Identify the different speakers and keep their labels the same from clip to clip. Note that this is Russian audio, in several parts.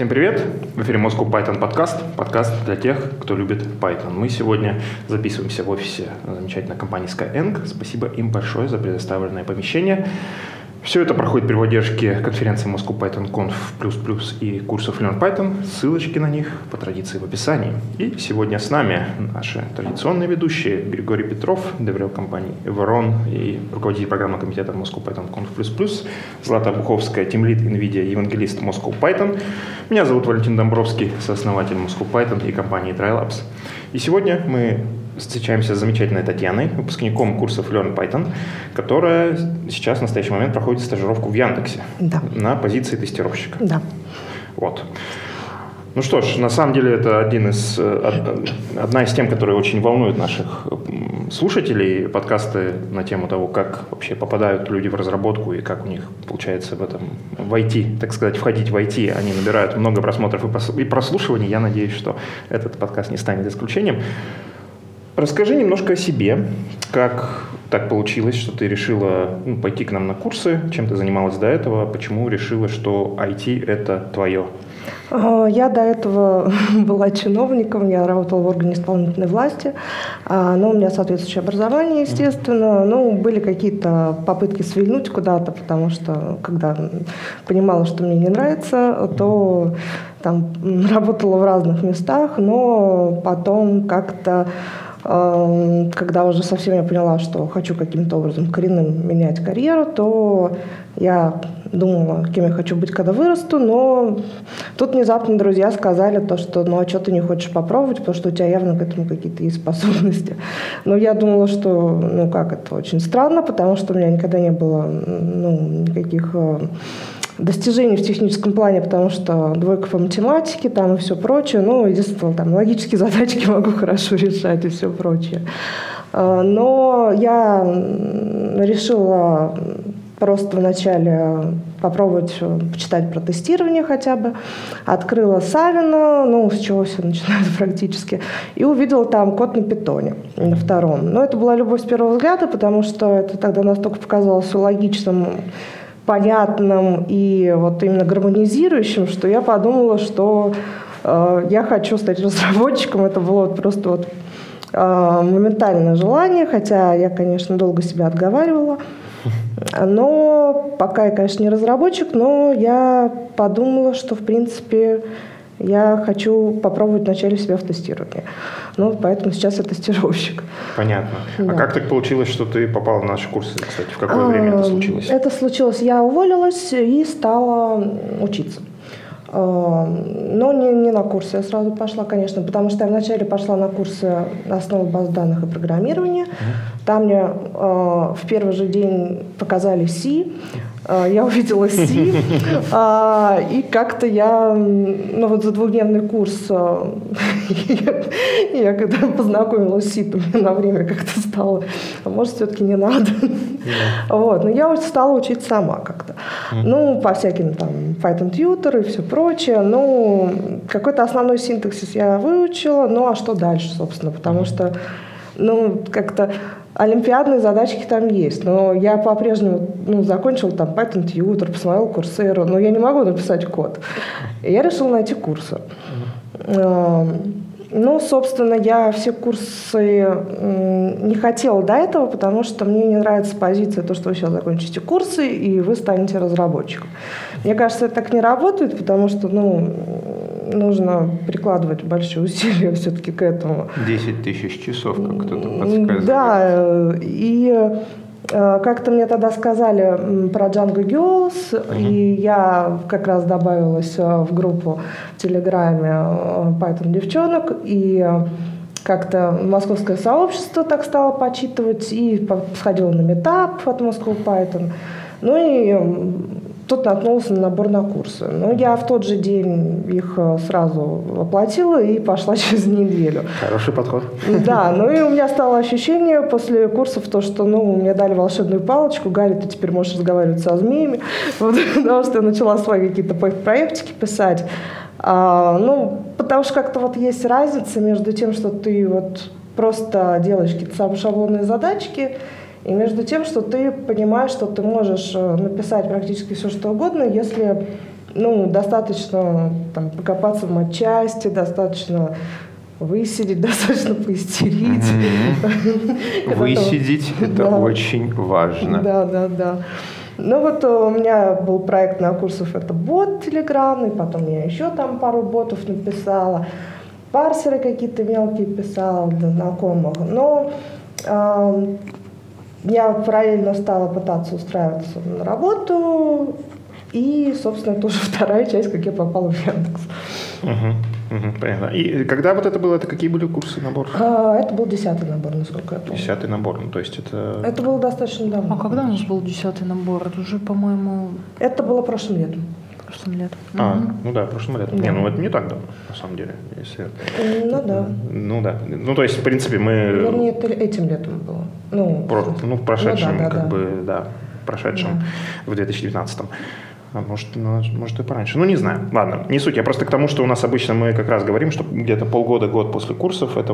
Speaker 1: Всем привет! В эфире Moscow Python подкаст для тех, кто любит Python. Мы сегодня записываемся в офисе замечательной компании Skyeng. Спасибо им большое за предоставленное помещение. Все это проходит при поддержке конференции Moscow Python Conf++ и курсов Learn Python. Ссылочки на них по традиции в описании. И сегодня с нами наши традиционные ведущие Григорий Петров, деврел компании Everon и руководитель программного комитета Moscow Python Conf++, Злата Буховская, тимлид NVIDIA, евангелист Moscow Python. Меня зовут Валентин Домбровский, сооснователь Moscow Python и компании TryLabs. И сегодня мы встречаемся с замечательной Татьяной, выпускником курсов Learn Python, которая сейчас в настоящий момент проходит стажировку в Яндексе на позиции тестировщика.
Speaker 2: Да.
Speaker 1: Вот. Ну что ж, на самом деле это одна из тем, которые очень волнует наших слушателей. Подкасты на тему того, как вообще попадают люди в разработку и как у них получается в IT, так сказать, входить в IT. Они набирают много просмотров и прослушиваний. Я надеюсь, что этот подкаст не станет исключением. Расскажи немножко о себе, как так получилось, что ты решила пойти к нам на курсы, чем ты занималась до этого, почему решила, что IT – это твое?
Speaker 2: Я до этого была чиновником, я работала в органе исполнительной власти, но у меня соответствующее образование, естественно. Были какие-то попытки свильнуть куда-то, потому что, когда понимала, что мне не нравится, то там работала в разных местах, но потом как-то, когда уже совсем я поняла, что хочу каким-то образом коренным менять карьеру, то я думала, кем я хочу быть, когда вырасту, но тут внезапно друзья сказали то, что а что ты не хочешь попробовать, потому что у тебя явно к этому какие-то есть способности. Но я думала, что, это очень странно, потому что у меня никогда не было, никаких достижений в техническом плане, потому что двойка по математике там и все прочее. Единственное, там логические задачки могу хорошо решать и все прочее. Но я решила просто вначале попробовать почитать про тестирование хотя бы. Открыла Савина, с чего все начинается практически, и увидела там код на питоне на втором. Но это была любовь с первого взгляда, потому что это тогда настолько показалось логичным, понятным и вот именно гармонизирующим, что я подумала, что я хочу стать разработчиком. Это было просто моментальное желание, хотя я, конечно, долго себя отговаривала. Но пока я, конечно, не разработчик, но я подумала, что, в принципе, я хочу попробовать вначале себя в тестировании. Поэтому сейчас я тестировщик.
Speaker 1: Понятно. Да. А как так получилось, что ты попала на наши курсы, кстати? В какое время это случилось?
Speaker 2: Это случилось, я уволилась и стала учиться. Но не на курсы я сразу пошла, конечно, потому что я вначале пошла на курсы основы баз данных и программирования. Там мне в первый же день показали C, я увидела C, и как-то я, за двухдневный курс, я когда познакомилась с C, то мне на время как-то стало, может, все-таки не надо. Но я стала учить сама как-то. По всяким там Python Tutor и все прочее. Какой-то основной синтаксис я выучила, а что дальше, собственно, потому что, как-то олимпиадные задачки там есть, но я по-прежнему закончила там Python Tutor, посмотрела Coursera, но я не могу написать код. И я решила найти курсы. Собственно, я все курсы не хотела до этого, потому что мне не нравится позиция, то, что вы сейчас закончите курсы, и вы станете разработчиком. Мне кажется, это так не работает, потому что, нужно прикладывать большие усилия все-таки к этому.
Speaker 1: 10 тысяч часов, как кто-то подсказывает.
Speaker 2: Да, и как-то мне тогда сказали про Django Girls, и я как раз добавилась в группу в Телеграме Python девчонок, и как-то московское сообщество так стало почитывать, и сходила на метап от Moscow Python. И тут наткнулся на набор на курсы. Я в тот же день их сразу оплатила и пошла через неделю.
Speaker 1: Хороший подход.
Speaker 2: Да, и у меня стало ощущение после курсов, что мне дали волшебную палочку, Галя, ты теперь можешь разговаривать со змеями, потому что я начала свои какие-то проектики писать. Потому что как-то есть разница между тем, что ты просто делаешь какие-то шаблонные задачки, и между тем, что ты понимаешь, что ты можешь написать практически все, что угодно, если достаточно покопаться в матчасти, достаточно высидеть, достаточно поистерить.
Speaker 3: Высидеть – это очень важно.
Speaker 2: Да. У меня был проект на курсах, это бот телеграммный, потом я еще там пару ботов написала, парсеры какие-то мелкие писала для знакомых. Но я параллельно стала пытаться устраиваться на работу, и, собственно, тоже вторая часть, как я попала в Яндекс.
Speaker 1: Понятно. И когда вот это было, это какие были курсы, набор?
Speaker 2: Это был 10-й набор, насколько я помню.
Speaker 1: 10-й набор, то есть это...
Speaker 2: Это было достаточно давно.
Speaker 4: А когда у нас был 10-й набор? Это уже, по-моему...
Speaker 2: Это было прошлым летом.
Speaker 4: Прошлым летом.
Speaker 1: Прошлым летом.
Speaker 2: Да.
Speaker 1: Это не так давно, на самом деле. Если...
Speaker 2: Да.
Speaker 1: То есть, в принципе, мы...
Speaker 2: Вернее, это этим летом было.
Speaker 1: В прошедшем,
Speaker 2: Да.
Speaker 1: Прошедшем в 2019-м. А может и пораньше. Не знаю. Ладно, не суть. Я просто к тому, что у нас обычно мы как раз говорим, что где-то полгода-год после курсов это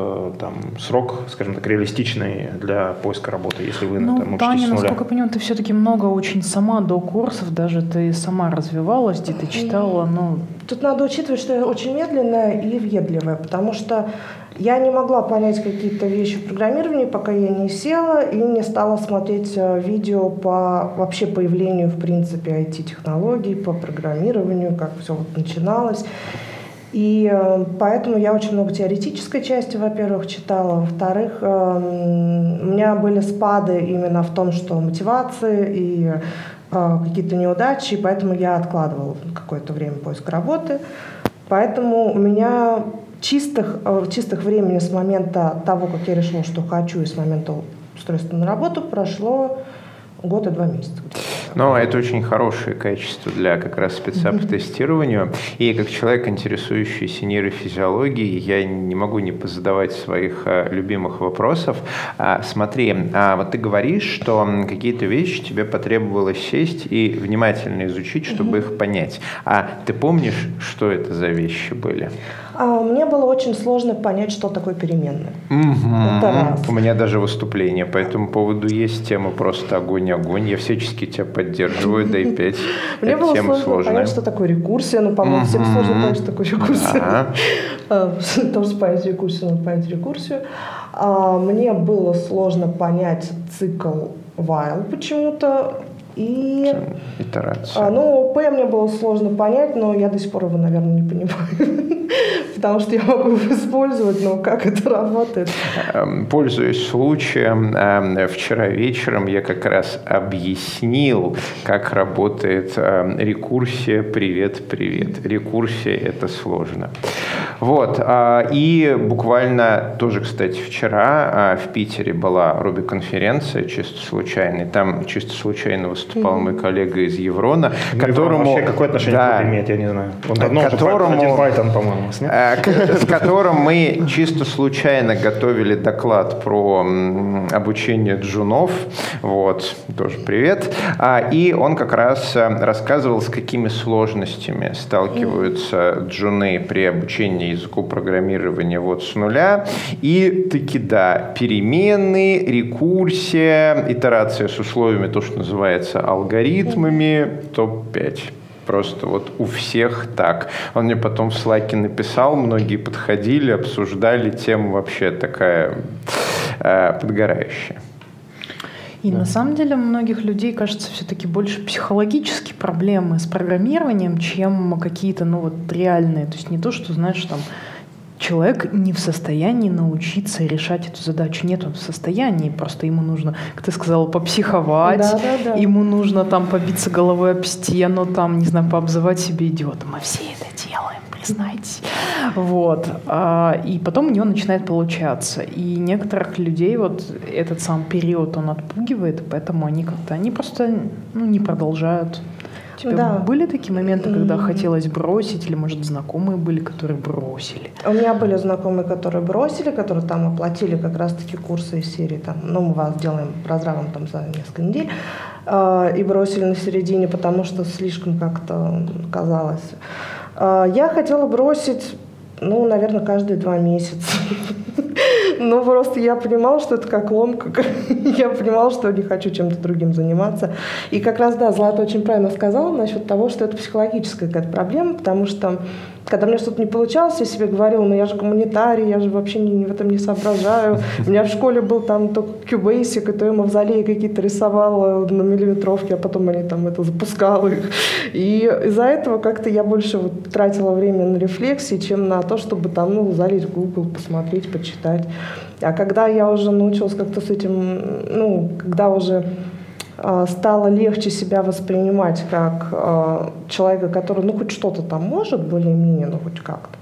Speaker 1: срок, скажем так, реалистичный для поиска работы, если вы учитесь
Speaker 4: Таня,
Speaker 1: с нуля.
Speaker 4: насколько я понимаю, ты все-таки много очень сама до курсов, даже ты сама развивалась, где-то читала,
Speaker 2: Тут надо учитывать, что я очень медленная и въедливая, потому что я не могла понять какие-то вещи в программировании, пока я не села и не стала смотреть видео по вообще появлению, в принципе, IT-технологий, по программированию, как все начиналось. И поэтому я очень много теоретической части, во-первых, читала. Во-вторых, у меня были спады именно в том, что мотивации и какие-то неудачи, и поэтому я откладывала какое-то время поиск работы. Поэтому у меня чистых времени с момента того, как я решила, что хочу, и с момента устройства на работу прошло год и 2 месяца.
Speaker 3: Это очень хорошее качество для как раз спеца по тестированию. И как человек, интересующийся нейрофизиологией, я не могу не позадавать своих любимых вопросов. Смотри, вот ты говоришь, что какие-то вещи тебе потребовалось сесть и внимательно изучить, чтобы их понять. А ты помнишь, что это за вещи были?
Speaker 2: Мне было очень сложно понять, что такое переменная. Это раз.
Speaker 3: У меня даже выступление по этому поводу есть. Тема просто огонь. Я всячески тебя поддерживаю, дай 5.
Speaker 2: Мне было сложно понять, что такое рекурсия. По-моему, всем сложно понять, что такое рекурсия. Тоже спаять рекурсию, надо понять рекурсию. Мне было сложно понять цикл while почему-то. И
Speaker 3: итерация.
Speaker 2: P мне было сложно понять, но я до сих пор его, наверное, не понимаю. Потому что я могу его использовать, но как это работает?
Speaker 3: Пользуясь случаем, вчера вечером я как раз объяснил, как работает рекурсия. Привет. Рекурсия – это сложно. И буквально тоже, кстати, вчера в Питере была Руби-конференция, чисто случайная. Там чисто случайно выступал мой коллега из Еврона, которому...
Speaker 1: Вообще какое отношение к Ruby имеет, я не знаю. Он давно уже один Python, по-моему, снял.
Speaker 3: С которым мы чисто случайно готовили доклад про обучение джунов. Тоже привет. И он как раз рассказывал, с какими сложностями сталкиваются джуны при обучении языку программирования с нуля. И таки переменные, рекурсия, итерация с условиями, то, что называется алгоритмами, топ-5. Просто у всех так. Он мне потом в Slack'е написал, многие подходили, обсуждали, тема вообще такая подгорающая.
Speaker 4: И на самом деле у многих людей, кажется, все-таки больше психологические проблемы с программированием, чем какие-то, реальные. То есть не то, что, человек не в состоянии научиться решать эту задачу. Нет, он в состоянии, просто ему нужно, как ты сказала, попсиховать, ему нужно побиться головой об стену, пообзывать себя идиотом. Мы все это делаем, признайтесь. И потом у него начинает получаться. И некоторых людей этот сам период, он отпугивает, поэтому они просто не продолжают. У тебя были такие моменты, когда хотелось бросить, или, может, знакомые были, которые бросили?
Speaker 2: У меня были знакомые, которые бросили, которые оплатили как раз-таки курсы из серии, мы вас делаем разравом за несколько недель, и бросили на середине, потому что слишком как-то казалось. Я хотела бросить, наверное, каждые 2 месяца. Ну, просто я понимала, что это как ломка. Я понимала, что не хочу чем-то другим заниматься. И как раз, да, Злата очень правильно сказала насчет того, что это психологическая какая-то проблема, потому что когда мне что-то не получалось, я себе говорила, ну я же гуманитарий, я же вообще в этом не соображаю. У меня в школе был там только QBasic, и то я мавзолеи какие-то рисовала на миллиметровке, а потом они там это запускала их. И из-за этого как-то я больше вот тратила время на рефлексии, чем на то, чтобы там, ну, залезть в Google, посмотреть, почитать. А когда я уже научилась как-то с этим, ну, когда уже стало легче себя воспринимать как человека, который, ну, хоть что-то там может, более-менее, ну, хоть как-то,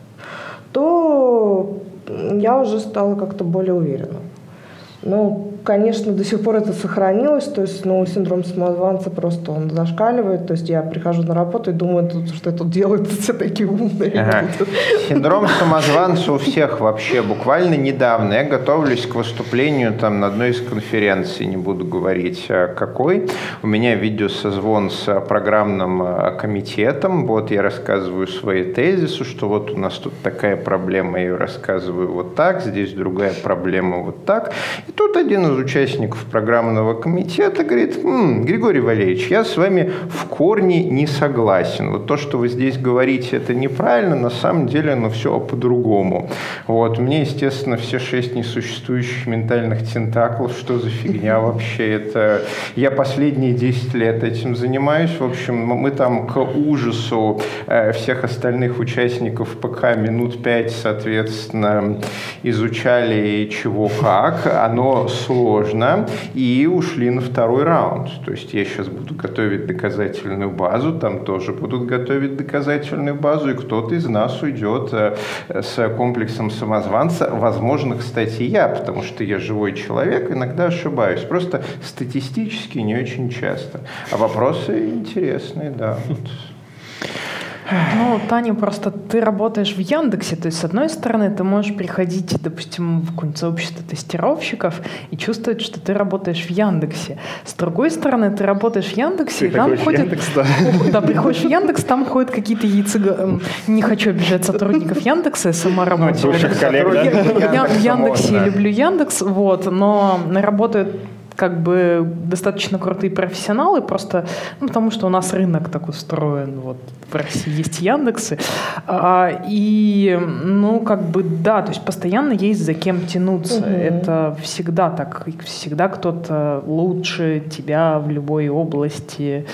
Speaker 2: то я уже стала как-то более уверена. Ну, конечно, до сих пор это сохранилось, то есть, ну, синдром самозванца просто он зашкаливает, то есть я прихожу на работу и думаю, что я тут делаю, все такие умные.
Speaker 3: Ага. Синдром самозванца у всех вообще. Буквально недавно я готовлюсь к выступлению там на одной из конференций, не буду говорить какой. У меня видеосозвон с программным комитетом, вот я рассказываю свои тезисы, что вот у нас тут такая проблема, я ее рассказываю вот так, здесь другая проблема вот так. И тут один из участников программного комитета говорит: Григорий Валерьевич, я с вами в корне не согласен. Вот то, что вы здесь говорите, это неправильно, на самом деле оно все по-другому. Вот. Мне, естественно, все 6 несуществующих ментальных тентаклов, что за фигня вообще это? Я последние 10 лет этим занимаюсь. В общем, мы там к ужасу всех остальных участников ПК минут 5, соответственно, изучали чего как. Оно сложно, и ушли на второй раунд. То есть я сейчас буду готовить доказательную базу, там тоже будут готовить доказательную базу, и кто-то из нас уйдет с комплексом самозванца. Возможно, кстати, я, потому что я живой человек, иногда ошибаюсь. Просто статистически не очень часто. А вопросы интересные, да.
Speaker 4: Ну, Таня, просто ты работаешь в Яндексе, то есть, с одной стороны, ты можешь приходить, допустим, в какое-нибудь сообщество тестировщиков и чувствовать, что ты работаешь в Яндексе. С другой стороны, ты работаешь в Яндексе, и там ходят... Да, приходишь в Яндекс, там ходят какие-то яйцы... Не хочу обижать сотрудников Яндекса, я сама работаю. В Яндексе люблю Яндекс, вот, но работают как бы достаточно крутые профессионалы, просто потому что у нас рынок так устроен. Вот в России есть Яндексы. И, ну, как бы, да, то есть постоянно есть за кем тянуться. Это всегда так. Всегда кто-то лучше тебя в любой области.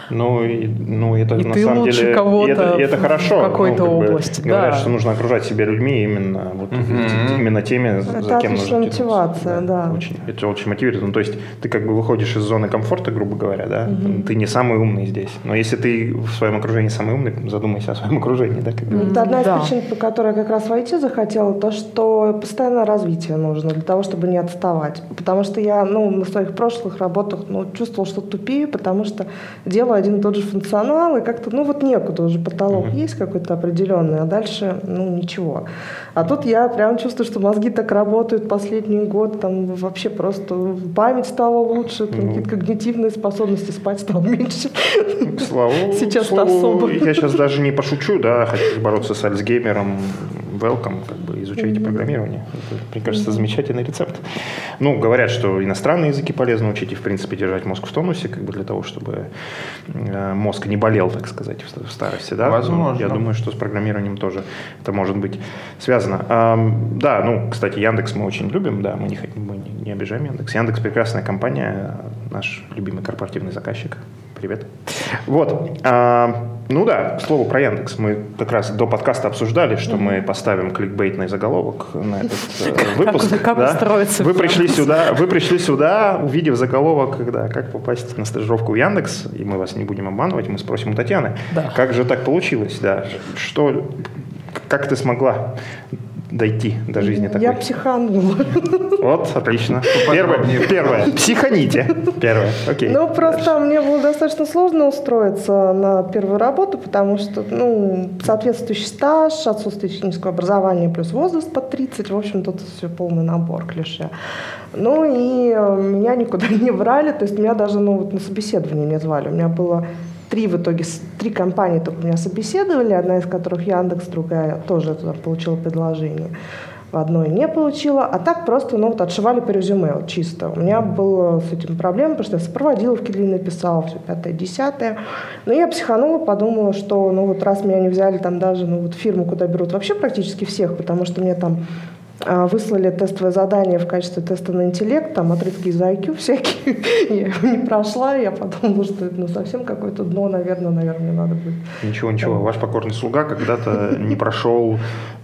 Speaker 1: Это
Speaker 4: и
Speaker 1: на
Speaker 4: ты
Speaker 1: самом
Speaker 4: лучше
Speaker 1: деле
Speaker 4: кого-то
Speaker 1: это хорошо.
Speaker 4: В какой-то области.
Speaker 1: Говорят, что нужно окружать себя людьми именно, именно теми, за кем нужно тянуться.
Speaker 2: Мотивация, да.
Speaker 1: Это очень мотивирует. Ну, то есть ты как бы выходишь из зоны комфорта, грубо говоря, да? Ты не самый умный здесь. Но если ты в своем окружении самый умный, задумайся о своем окружении. Да, как бы.
Speaker 2: Это одна из причин, по которой я как раз в IT захотела, то, что постоянное развитие нужно для того, чтобы не отставать. Потому что я на своих прошлых работах чувствовала, что тупею, потому что делаю один и тот же функционал, и как-то, некуда уже, потолок есть какой-то определенный, а дальше, ничего. А тут я прям чувствую, что мозги так работают последний год, там вообще просто память стала лучше, какие-то когнитивные способности, спать стало меньше.
Speaker 1: Сейчас особо. Я сейчас даже не пошучу, да, хотите бороться с Альцгеймером, welcome, как бы изучайте программирование. Это, мне кажется, замечательный рецепт. Говорят, что иностранные языки полезно учить и, в принципе, держать мозг в тонусе, как бы для того, чтобы мозг не болел, так сказать, в старости. Да?
Speaker 3: Возможно.
Speaker 1: Я думаю, что с программированием тоже это может быть связано. Кстати, Яндекс мы очень любим, да, мы не обижаем Яндекс. Яндекс прекрасная компания, наш любимый корпоративный заказчик. Привет. Вот. К слову про Яндекс. Мы как раз до подкаста обсуждали, что мы поставим кликбейтный заголовок на этот выпуск.
Speaker 4: Как устроиться?
Speaker 1: Вы пришли сюда, увидев заголовок, как попасть на стажировку в Яндекс, и мы вас не будем обманывать, мы спросим у Татьяны, как же так получилось, да? Как ты смогла дойти до жизни такой?
Speaker 2: Я психанула.
Speaker 1: Вот, отлично. Первое. Психаните. Первое. Окей.
Speaker 2: Просто мне было достаточно сложно устроиться на первую работу, потому что, соответствующий стаж, отсутствие технического образования плюс возраст под 30, в общем, тут все полный набор клише. И меня никуда не брали, то есть меня даже, на собеседование не звали. У меня было три компании только меня собеседовали, одна из которых Яндекс, другая тоже туда получила предложение. в одной не получила, а так просто, ну, вот отшивали по резюме, вот чисто. У меня было с этим проблема, потому что я сопроводиловки длинные писала, все 5-10. Но я психанула, подумала, что, ну, вот раз меня не взяли там даже, ну, вот фирму, куда берут вообще практически всех, потому что мне там выслали тестовое задание в качестве теста на интеллект, там отрывки из IQ всякие, я его не прошла, я подумала, что это, ну, совсем какое-то дно, наверное, мне надо будет.
Speaker 1: Ничего, ваш покорный слуга когда-то не прошел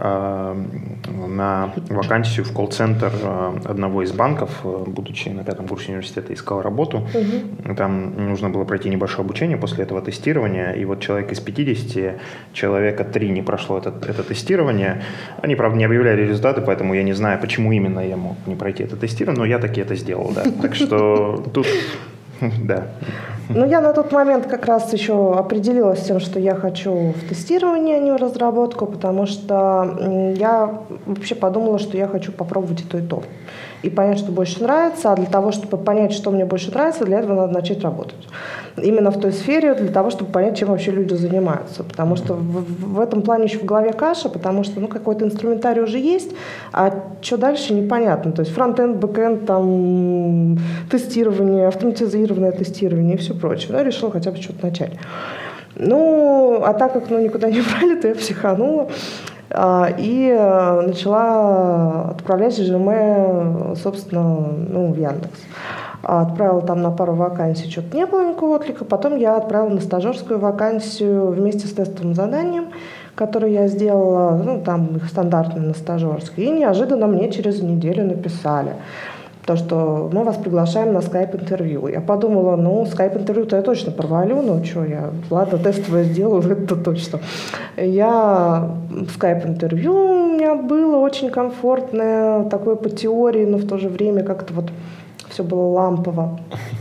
Speaker 1: на вакансию в колл-центр одного из банков, будучи на 5-м курсе университета, искал работу, там нужно было пройти небольшое обучение после этого тестирования, и вот человек из 50, человека 3 не прошло это тестирование, они, правда, не объявляли результаты, поэтому я не знаю, почему именно я мог не пройти это тестирование, но я таки это сделал, да. Так что тут, да.
Speaker 2: Ну, я на тот момент как раз еще определилась с тем, что я хочу в тестирование, а не в разработку, потому что я вообще подумала, что я хочу попробовать и то, и то. И понять, что больше нравится. А для того, чтобы понять, что мне больше нравится, для этого надо начать работать. Именно в той сфере, для того, чтобы понять, чем вообще люди занимаются. Потому что в этом плане еще в голове каша, потому что, ну, какой-то инструментарий уже есть, а что дальше непонятно. То есть фронт-энд, бэк-энд, там, тестирование, автоматизированное тестирование и все прочее. Но я решила хотя бы что-то начать. Ну, а так как, ну, никуда не брали, то я психанула. И начала отправлять резюме, собственно, ну, в Яндекс. Отправила там на пару вакансий, что-то не было никакого отклика. Потом я отправила на стажерскую вакансию вместе с тестовым заданием, которое я сделала, ну, там их стандартное на стажерской. И неожиданно мне через неделю написали, то, что мы вас приглашаем на скайп-интервью. Я подумала, ну, скайп-интервью-то я точно провалю, ну, что я, ладно, тестовое сделаю, это точно. Скайп-интервью у меня было очень комфортное, такое по теории, но в то же время как-то вот все было лампово.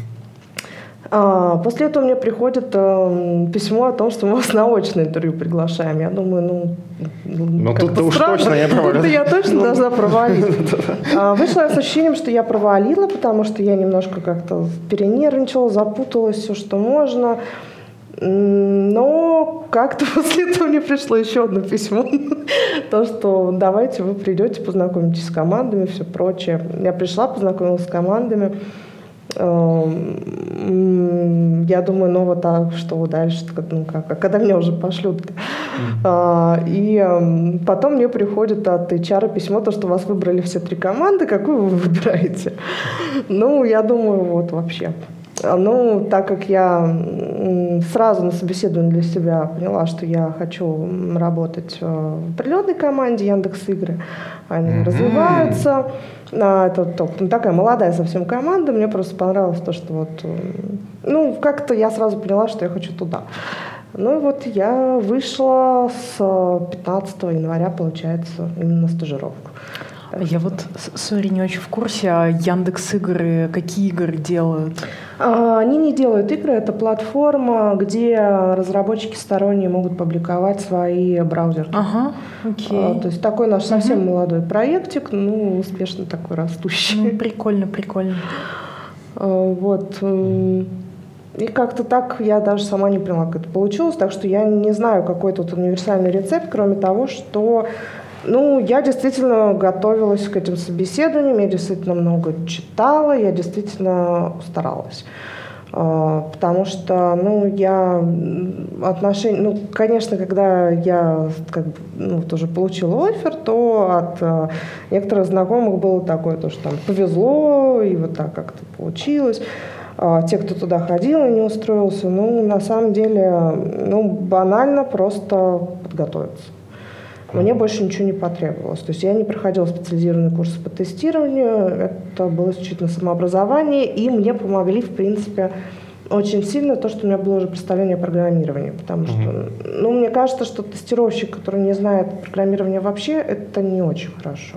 Speaker 2: После этого мне приходит письмо о том, что мы вас на очное интервью приглашаем. Я думаю,
Speaker 1: ну тут-то уж точно я провалила.
Speaker 2: Тут я точно должна провалить. Вышла я с ощущением, что я провалила, потому что я немножко как-то перенервничала, запуталась, все, что можно. Но как-то после этого мне пришло еще одно письмо, то, что давайте вы придете, познакомитесь с командами, все прочее. Я пришла, познакомилась с командами. Я думаю, ну вот так, что дальше, ну как, а когда меня уже пошлют? И потом мне приходит от HR письмо, то, что вас выбрали все 3 команды, какую вы выбираете? Ну, я думаю, вот вообще. Ну, так как я сразу на собеседовании для себя поняла, что я хочу работать в определенной команде Яндекс.Игры, они развиваются. Это такая молодая совсем команда, мне просто понравилось то, что вот, ну, как-то я сразу поняла, что я хочу туда. Ну, и вот я вышла с 15 января, получается, именно на стажировку.
Speaker 4: Я вот, сори, не очень в курсе, а Яндекс.Игры какие игры делают?
Speaker 2: Они не делают игры, это платформа, где разработчики сторонние могут публиковать свои браузеры.
Speaker 4: Ага, окей.
Speaker 2: То есть такой наш совсем молодой проектик, ну, успешно такой растущий.
Speaker 4: Ну, прикольно.
Speaker 2: Вот. И как-то так я даже сама не поняла, как это получилось, так что я не знаю, какой тут универсальный рецепт, кроме того, что я действительно готовилась к этим собеседованиям, я действительно много читала, я действительно старалась. Потому что, конечно, когда я тоже получила оффер, то от некоторых знакомых было такое, то, что там повезло, и вот так как-то получилось. Те, кто туда ходил и не устроился, на самом деле, банально просто подготовиться. Мне больше ничего не потребовалось. То есть я не проходила специализированные курсы по тестированию, это было исключительно самообразование, и мне помогли, в принципе, очень сильно то, что у меня было уже представление о программировании. Потому что, мне кажется, что тестировщик, который не знает программирования вообще, это не очень хорошо.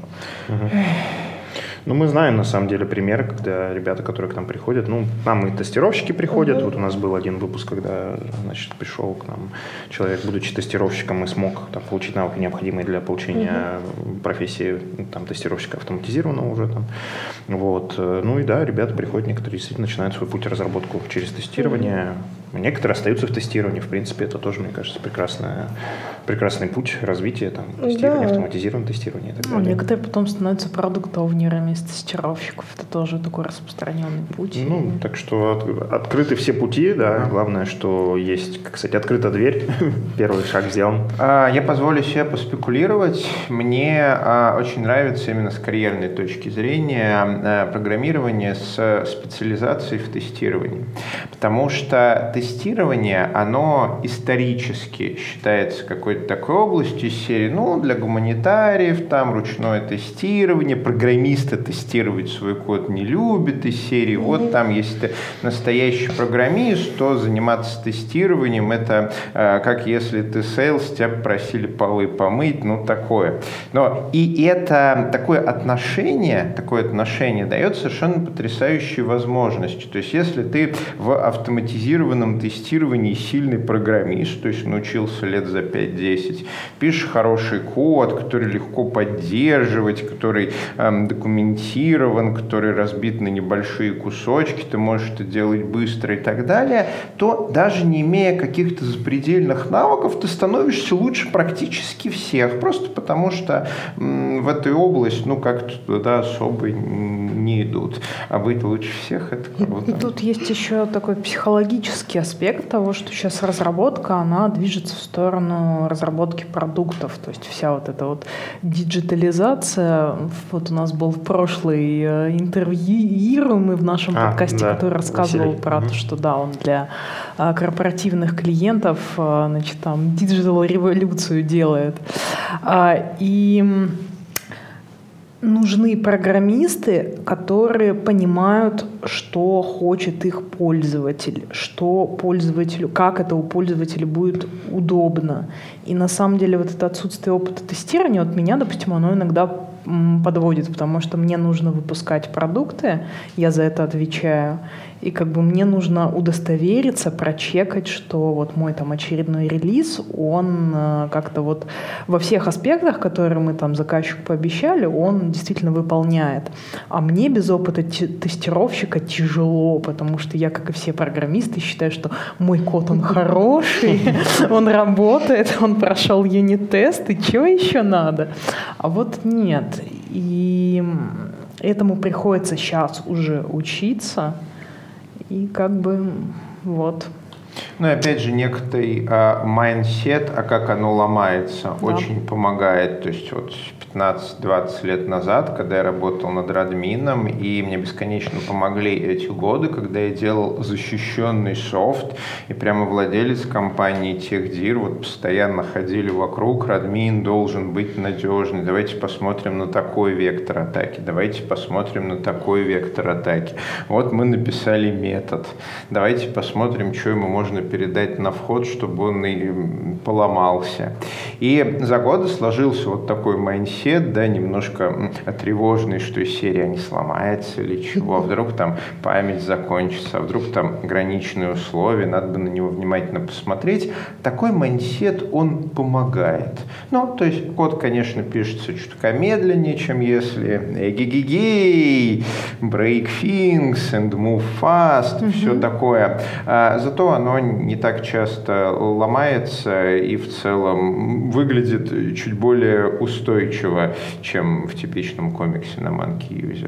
Speaker 1: Мы знаем, на самом деле, примеры, когда ребята, которые к нам приходят, нам и тестировщики приходят. Вот у нас был один выпуск, когда, пришел к нам человек, будучи тестировщиком, и смог получить навыки, необходимые для получения профессии тестировщика автоматизированного уже. Вот. И да, ребята приходят, некоторые действительно начинают свой путь разработку через тестирование. Некоторые остаются в тестировании. В принципе, это тоже, мне кажется, прекрасный путь развития тестирования, автоматизированного тестирования и так далее.
Speaker 4: Некоторые потом становятся продукт-оунерами из тестировщиков. Это тоже такой распространенный путь.
Speaker 1: Так что открыты все пути, да. Главное, что есть, кстати, открыта дверь. Первый шаг сделан.
Speaker 3: Я позволю себе поспекулировать. Мне очень нравится именно с карьерной точки зрения программирование с специализацией в тестировании. Потому что тестирование, оно исторически считается какой-то такой областью из серии, для гуманитариев, там ручное тестирование, программисты тестировать свой код не любят из серии. Вот там, если ты настоящий программист, то заниматься тестированием, это как если ты сейлс, тебя попросили полы помыть, такое. Но и это такое отношение дает совершенно потрясающие возможности. То есть, если ты в автоматизированном тестировании сильный программист, то есть научился лет за 5-10, пишешь хороший код, который легко поддерживать, который документирован, который разбит на небольшие кусочки, ты можешь это делать быстро и так далее, то даже не имея каких-то запредельных навыков, ты становишься лучше практически всех, просто потому что в этой области, как-то туда особо не идут. А быть лучше всех — это круто.
Speaker 4: Тут есть еще такой психологический аспект того, что сейчас разработка, она движется в сторону разработки продуктов. То есть вся вот эта вот диджитализация. Вот у нас был в прошлый интервьюируемый в нашем подкасте, который рассказывал про то, что он для корпоративных клиентов, там диджитал-революцию делает. И нужны программисты, которые понимают, что хочет их пользователь, как это у пользователя будет удобно. И на самом деле вот это отсутствие опыта тестирования, меня, допустим, оно иногда подводит, потому что мне нужно выпускать продукты, я за это отвечаю, и мне нужно удостовериться, прочекать, что вот мой очередной релиз, он как-то во всех аспектах, которые мы заказчику пообещали, он действительно выполняет. А мне без опыта тестировщика тяжело, потому что я, как и все программисты, считаю, что мой код, он хороший, он работает, он прошел юнит-тест, и чего еще надо? А вот нет. И этому приходится сейчас уже учиться. И вот.
Speaker 3: И опять же, некоторый майндсет, как оно ломается, очень помогает. То есть 15-20 лет назад, когда я работал над Радмином, и мне бесконечно помогли эти годы, когда я делал защищенный софт, и прямо владелец компании TechDir постоянно ходили вокруг: Радмин должен быть надежный, давайте посмотрим на такой вектор атаки, давайте посмотрим на такой вектор атаки. Вот мы написали метод, давайте посмотрим, что ему можно передать на вход, чтобы он и поломался. И за годы сложился такой майндсет, немножко тревожный, что из серии не сломается или чего, а вдруг там память закончится, а вдруг там граничные условия, надо бы на него внимательно посмотреть. Такой майндсет, он помогает. То есть код, конечно, пишется чутка медленнее, чем если гигигей, break things and move fast, все такое. Зато оно не так часто ломается и в целом выглядит чуть более устойчиво, чем в типичном комиксе на Monkey User.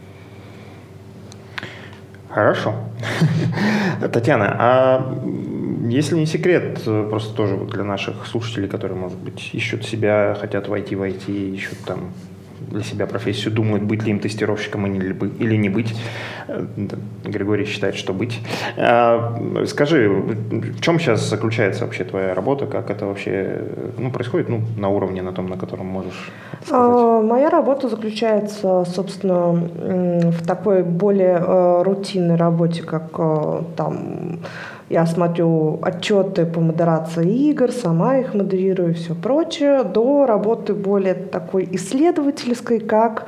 Speaker 1: Хорошо. Татьяна, а если не секрет, просто тоже для наших слушателей, которые, может быть, ищут себя, хотят войти в IT, ищут для себя профессию, думают, быть ли им тестировщиком или не быть. Григорий считает, что быть. Скажи, в чем сейчас заключается вообще твоя работа? Как это вообще происходит на уровне, на том, на котором можешь сказать?
Speaker 2: Моя работа заключается, собственно, в такой более рутинной работе, как я смотрю отчеты по модерации игр, сама их модерирую и все прочее, до работы более такой исследовательской, как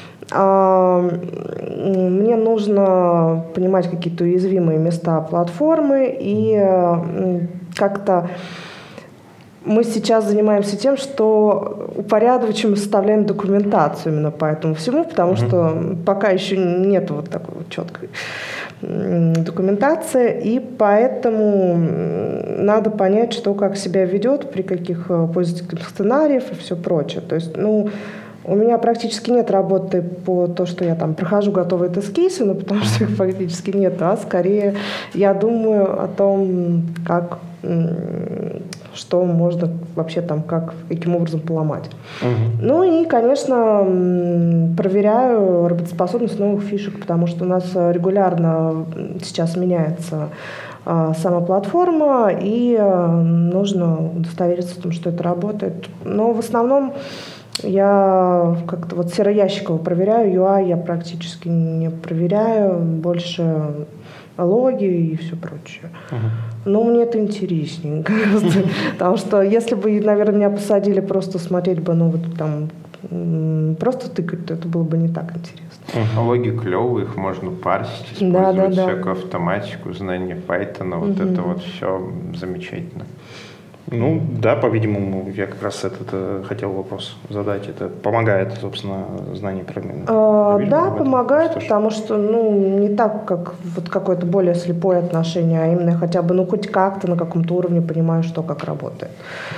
Speaker 2: мне нужно понимать какие-то уязвимые места платформы, и как-то мы сейчас занимаемся тем, что упорядочиваем и составляем документацию именно по этому всему, потому что пока еще нет такой четкой документация, и поэтому надо понять, что как себя ведет, при каких пользовательских сценариях и все прочее. То есть, у меня практически нет работы по то, что я там прохожу готовые тест-кейсы, потому что их фактически нет, а скорее я думаю о том, как, что можно вообще там, каким образом поломать. И, конечно, проверяю работоспособность новых фишек, потому что у нас регулярно сейчас меняется сама платформа, и нужно удостовериться в том, что это работает. Но в основном я как-то сероящиково проверяю, UI я практически не проверяю, больше логи и все прочее. Но мне это интереснее гораздо, потому что если бы, наверное, меня посадили просто смотреть бы, просто тыкать, то это было бы не так интересно.
Speaker 3: Логи клевые, их можно парсить, использовать всякую автоматику, знание Python, это все замечательно.
Speaker 1: Да, по-видимому, я как раз хотел вопрос задать. Это помогает, собственно, знание программирования?
Speaker 2: Да, помогает, потому что, не так, как какое-то более слепое отношение, а именно хотя бы, хоть как-то на каком-то уровне понимаю, что как работает.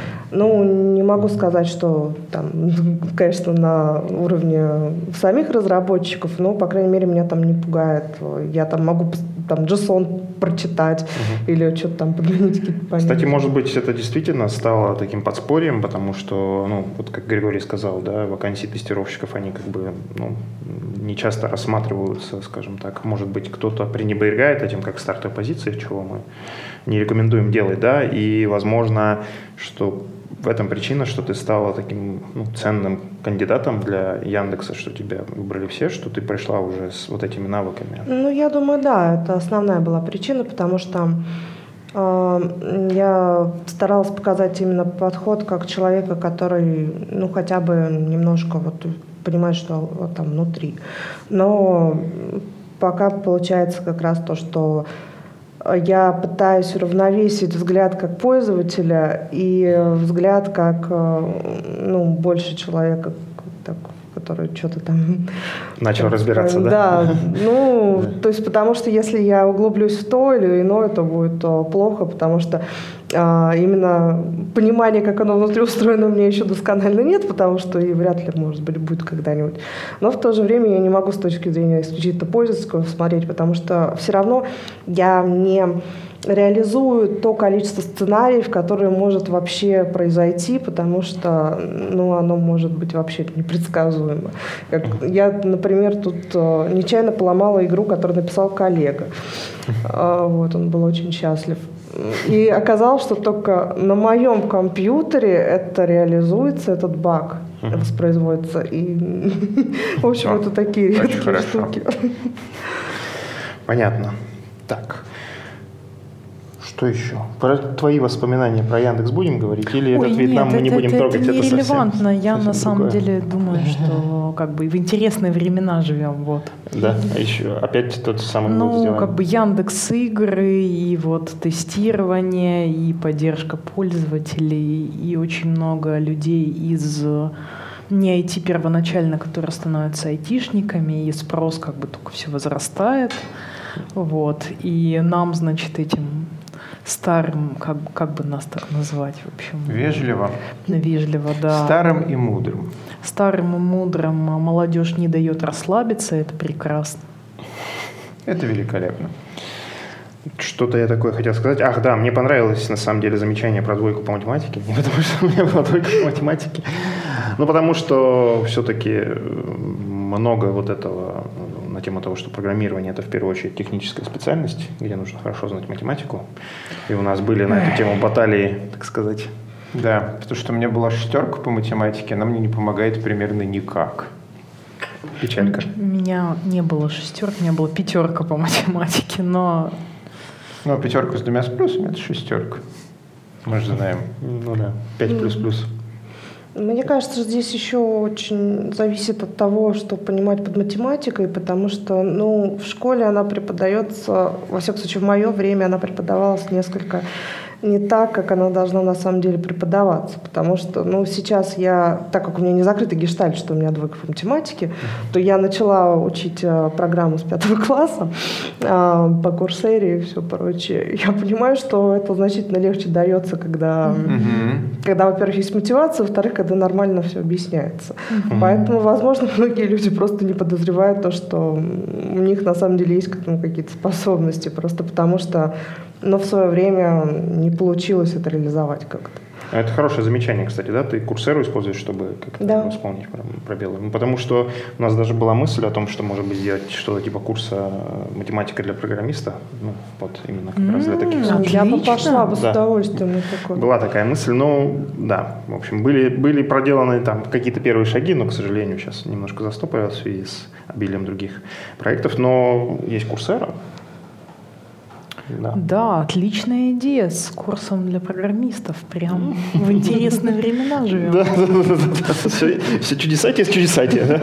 Speaker 2: Не могу сказать, что там, конечно, на уровне самих разработчиков, но, по крайней мере, меня там не пугает. Я там могу JSON прочитать или что-то там подменить какие-то понятия.
Speaker 1: Кстати, может быть, это действительно стало таким подспорьем, потому что, как Григорий сказал, да, вакансии тестировщиков, они не часто рассматриваются, скажем так. Может быть, кто-то пренебрегает этим как стартовой позицией, чего мы не рекомендуем делать, да, и, возможно, что в этом причина, что ты стала таким ценным кандидатом для Яндекса, что тебя выбрали все, что ты пришла уже с этими навыками.
Speaker 2: Я думаю, да, это основная была причина, потому что я старалась показать именно подход как человека, который, хотя бы немножко понимает, что там внутри. Но пока получается как раз то, что я пытаюсь уравновесить взгляд как пользователя и взгляд как больше человека, который что-то там...
Speaker 1: Начал разбираться, да?
Speaker 2: Да. То есть потому что если я углублюсь в то или иное, то будет плохо, потому что именно понимание, как оно внутри устроено, у меня еще досконально нет, потому что и вряд ли, может быть, будет когда-нибудь. Но в то же время я не могу с точки зрения исключительно пользовательского смотреть, потому что все равно я не реализую то количество сценариев, которое может вообще произойти, потому что оно может быть вообще непредсказуемо. Я, например, тут нечаянно поломала игру, которую написал коллега. Он был очень счастлив. И оказалось, что только на моем компьютере это реализуется, этот баг воспроизводится. И, в общем, это такие редкие штуки.
Speaker 1: Понятно. Так. Что еще? Про твои воспоминания про Яндекс будем говорить? Или этот Вьетнам мы не будем трогать?
Speaker 4: Это нерелевантно. Я на самом деле думаю, что в интересные времена живем.
Speaker 1: Да? А еще опять тот самый вывод сделаем?
Speaker 4: Яндекс игры, и тестирование, и поддержка пользователей, и очень много людей из не IT первоначально, которые становятся айтишниками, и спрос только все возрастает. И нам, этим старым, как бы нас так назвать, в общем?
Speaker 3: Вежливо.
Speaker 4: Вежливо, да.
Speaker 3: Старым и мудрым.
Speaker 4: Старым и мудрым. Молодежь не дает расслабиться, это прекрасно.
Speaker 3: Это великолепно.
Speaker 1: Что-то я такое хотел сказать. Ах, да, мне понравилось, на самом деле, замечание про двойку по математике. Не потому, что у меня была двойка по математике, но потому, что все-таки много этого на тему того, что программирование – это в первую очередь техническая специальность, где нужно хорошо знать математику. И у нас были на эту тему баталии, так сказать.
Speaker 3: Да, потому что у меня была 6 по математике, она мне не помогает примерно никак.
Speaker 1: Печалька.
Speaker 4: У меня не было 6, у меня была 5 по математике, но...
Speaker 3: 5 с 2 плюсами – это 6. Мы же знаем.
Speaker 1: 5++.
Speaker 2: Мне кажется, здесь еще очень зависит от того, что понимать под математикой, потому что в школе она преподается, во всяком случае в мое время она преподавалась несколько не так, как она должна на самом деле преподаваться. Потому что, сейчас я, так как у меня не закрытый гештальт, что у меня двойка по математике, то я начала учить программу с 5 класса по Курсере и все прочее. Я понимаю, что это значительно легче дается, когда, во-первых, есть мотивация, во-вторых, когда нормально все объясняется. Поэтому, возможно, многие люди просто не подозревают то, что у них на самом деле есть к этому какие-то способности, просто потому что в свое время не получилось это реализовать как-то.
Speaker 1: Это хорошее замечание, кстати, да? Ты Курсеру используешь, чтобы как-то восполнить пробелы. Потому что у нас даже была мысль о том, что, может быть, сделать что-то типа курса математика для программиста. Именно как раз для таких случаев.
Speaker 2: Я бы пошла бы с удовольствием на такое.
Speaker 1: Была такая мысль, в общем, были проделаны там какие-то первые шаги, но, к сожалению, сейчас немножко застопорилось в связи с обилием других проектов, но есть Курсера.
Speaker 4: Да, отличная идея с курсом для программистов. Прям в интересные времена живем.
Speaker 1: Да. Все чудесатие, да?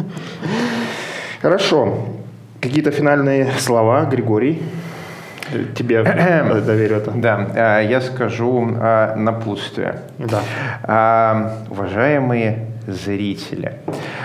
Speaker 1: Хорошо. Какие-то финальные слова, Григорий? Тебе доверю это.
Speaker 3: Да, я скажу напутствие.
Speaker 1: Да.
Speaker 3: Уважаемые зрители,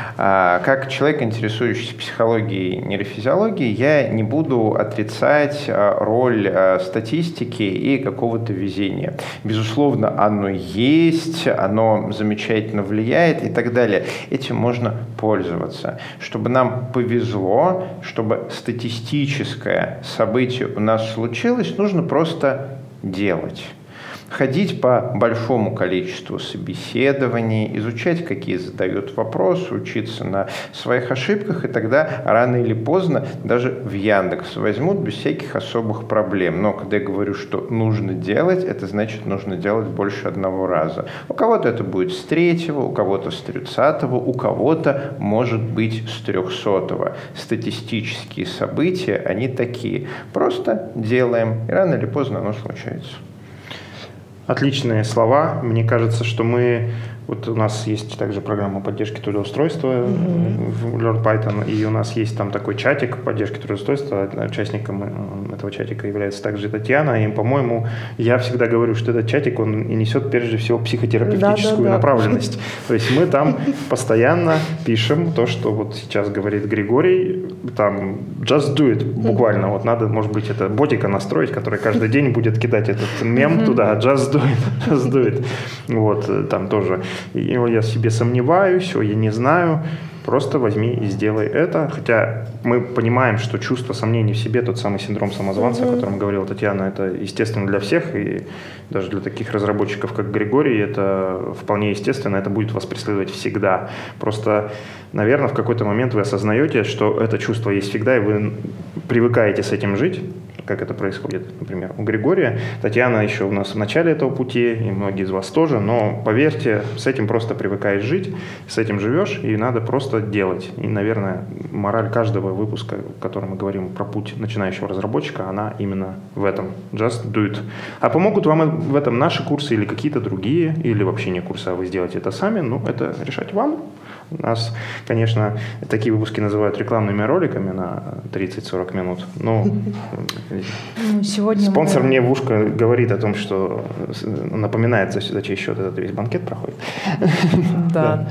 Speaker 3: как человек, интересующийся психологией и нейрофизиологией, я не буду отрицать роль статистики и какого-то везения. Безусловно, оно есть, оно замечательно влияет и так далее. Этим можно пользоваться. Чтобы нам повезло, чтобы статистическое событие у нас случилось, нужно просто делать. Ходить по большому количеству собеседований, изучать, какие задают вопросы, учиться на своих ошибках, и тогда рано или поздно даже в Яндекс возьмут без всяких особых проблем. Но когда я говорю, что нужно делать, это значит, нужно делать больше одного раза. У кого-то это будет с 3-го, у кого-то с 30-го, у кого-то, может быть, с 300-го. Статистические события, они такие. Просто делаем, и рано или поздно оно случается.
Speaker 1: Отличные слова. Мне кажется, что у нас есть также программа поддержки трудоустройства в Learn Python, и у нас есть там такой чатик поддержки трудоустройства. Участником этого чатика является также Татьяна, и, по-моему, я всегда говорю, что этот чатик, он и несет прежде всего психотерапевтическую направленность. То есть мы там постоянно пишем то, что вот сейчас говорит Григорий, там just do it, буквально. Надо, может быть, это ботика настроить, который каждый день будет кидать этот мем туда, just do it. Там тоже. Я себе сомневаюсь, я не знаю. Просто возьми и сделай это. Хотя мы понимаем, что чувство сомнений в себе, тот самый синдром самозванца, о котором говорила Татьяна, это естественно для всех, и даже для таких разработчиков, как Григорий, это вполне естественно, это будет вас преследовать всегда. Просто, наверное, в какой-то момент вы осознаете, что это чувство есть всегда, и вы привыкаете с этим жить, как это происходит, например, у Григория. Татьяна еще у нас в начале этого пути, и многие из вас тоже, но поверьте, с этим просто привыкаешь жить, с этим живешь, и надо просто делать. И, наверное, мораль каждого выпуска, в котором мы говорим про путь начинающего разработчика, она именно в этом. Just do it. А помогут вам в этом наши курсы или какие-то другие, или вообще не курсы, а вы сделаете это сами, это решать вам. У нас, конечно, такие выпуски называют рекламными роликами на 30-40 минут.
Speaker 4: Сегодня
Speaker 1: спонсор мне в ушко говорит о том, что напоминает, за чей счет этот весь банкет проходит.
Speaker 4: Да.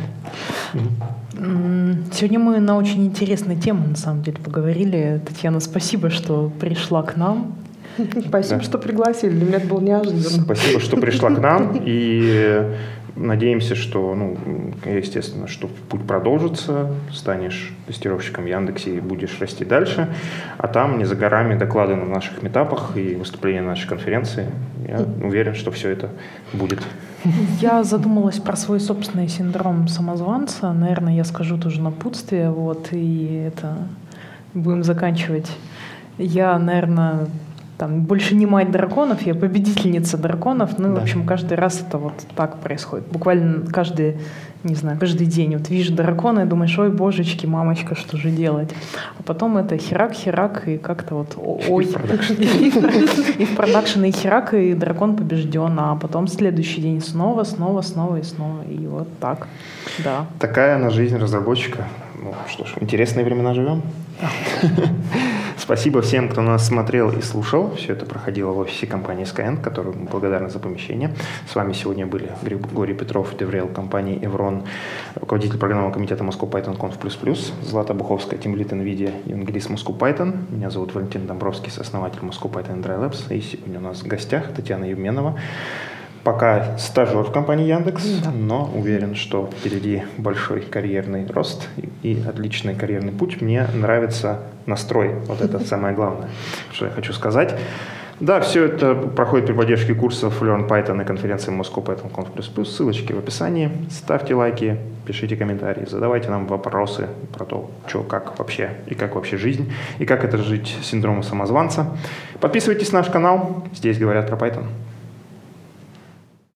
Speaker 4: Сегодня мы на очень интересные темы, на самом деле, поговорили. Татьяна, спасибо, что пришла к нам.
Speaker 2: Спасибо, что пригласили. Для меня это было неожиданно.
Speaker 1: Спасибо, что пришла к нам. И надеемся, что, естественно, что путь продолжится, станешь тестировщиком в Яндексе и будешь расти дальше. А там не за горами доклады на наших митапах и выступления на нашей конференции. Я уверен, что все это будет.
Speaker 4: Я задумалась про свой собственный синдром самозванца. Наверное, я скажу тоже напутствие. И это будем заканчивать. Я, наверное, больше не мать драконов, я победительница драконов. В общем, каждый раз это так происходит. Буквально каждый день. Видишь дракона и думаешь, ой, божечки, мамочка, что же делать? А потом это херак, и как-то ой. И в продакшн и херак, и дракон побежден. А потом следующий день снова. И вот так. Да.
Speaker 1: Такая она жизнь разработчика. Что ж, интересные времена живем. Спасибо всем, кто нас смотрел и слушал. Все это проходило в офисе компании Skyeng, которому мы благодарны за помещение. С вами сегодня были Григорий Петров, деврел компании Evron, руководитель программного комитета Moscow Python Conf++, Злата Буховская, тимлид NVIDIA, евангелист Moscow Python. Меня зовут Валентин Домбровский, сооснователь Moscow Python Dry Labs. И сегодня у нас в гостях Татьяна Евменова. Пока стажер в компании Яндекс, но уверен, что впереди большой карьерный рост и отличный карьерный путь. Мне нравится настрой, вот это самое главное, что я хочу сказать. Да, все это проходит при поддержке курсов Learn Python и конференции Moscow Python Conf++. Ссылочки в описании. Ставьте лайки, пишите комментарии, задавайте нам вопросы про то, что, как вообще, и как вообще жизнь, и как это жить с синдромом самозванца. Подписывайтесь на наш канал, здесь говорят про Python.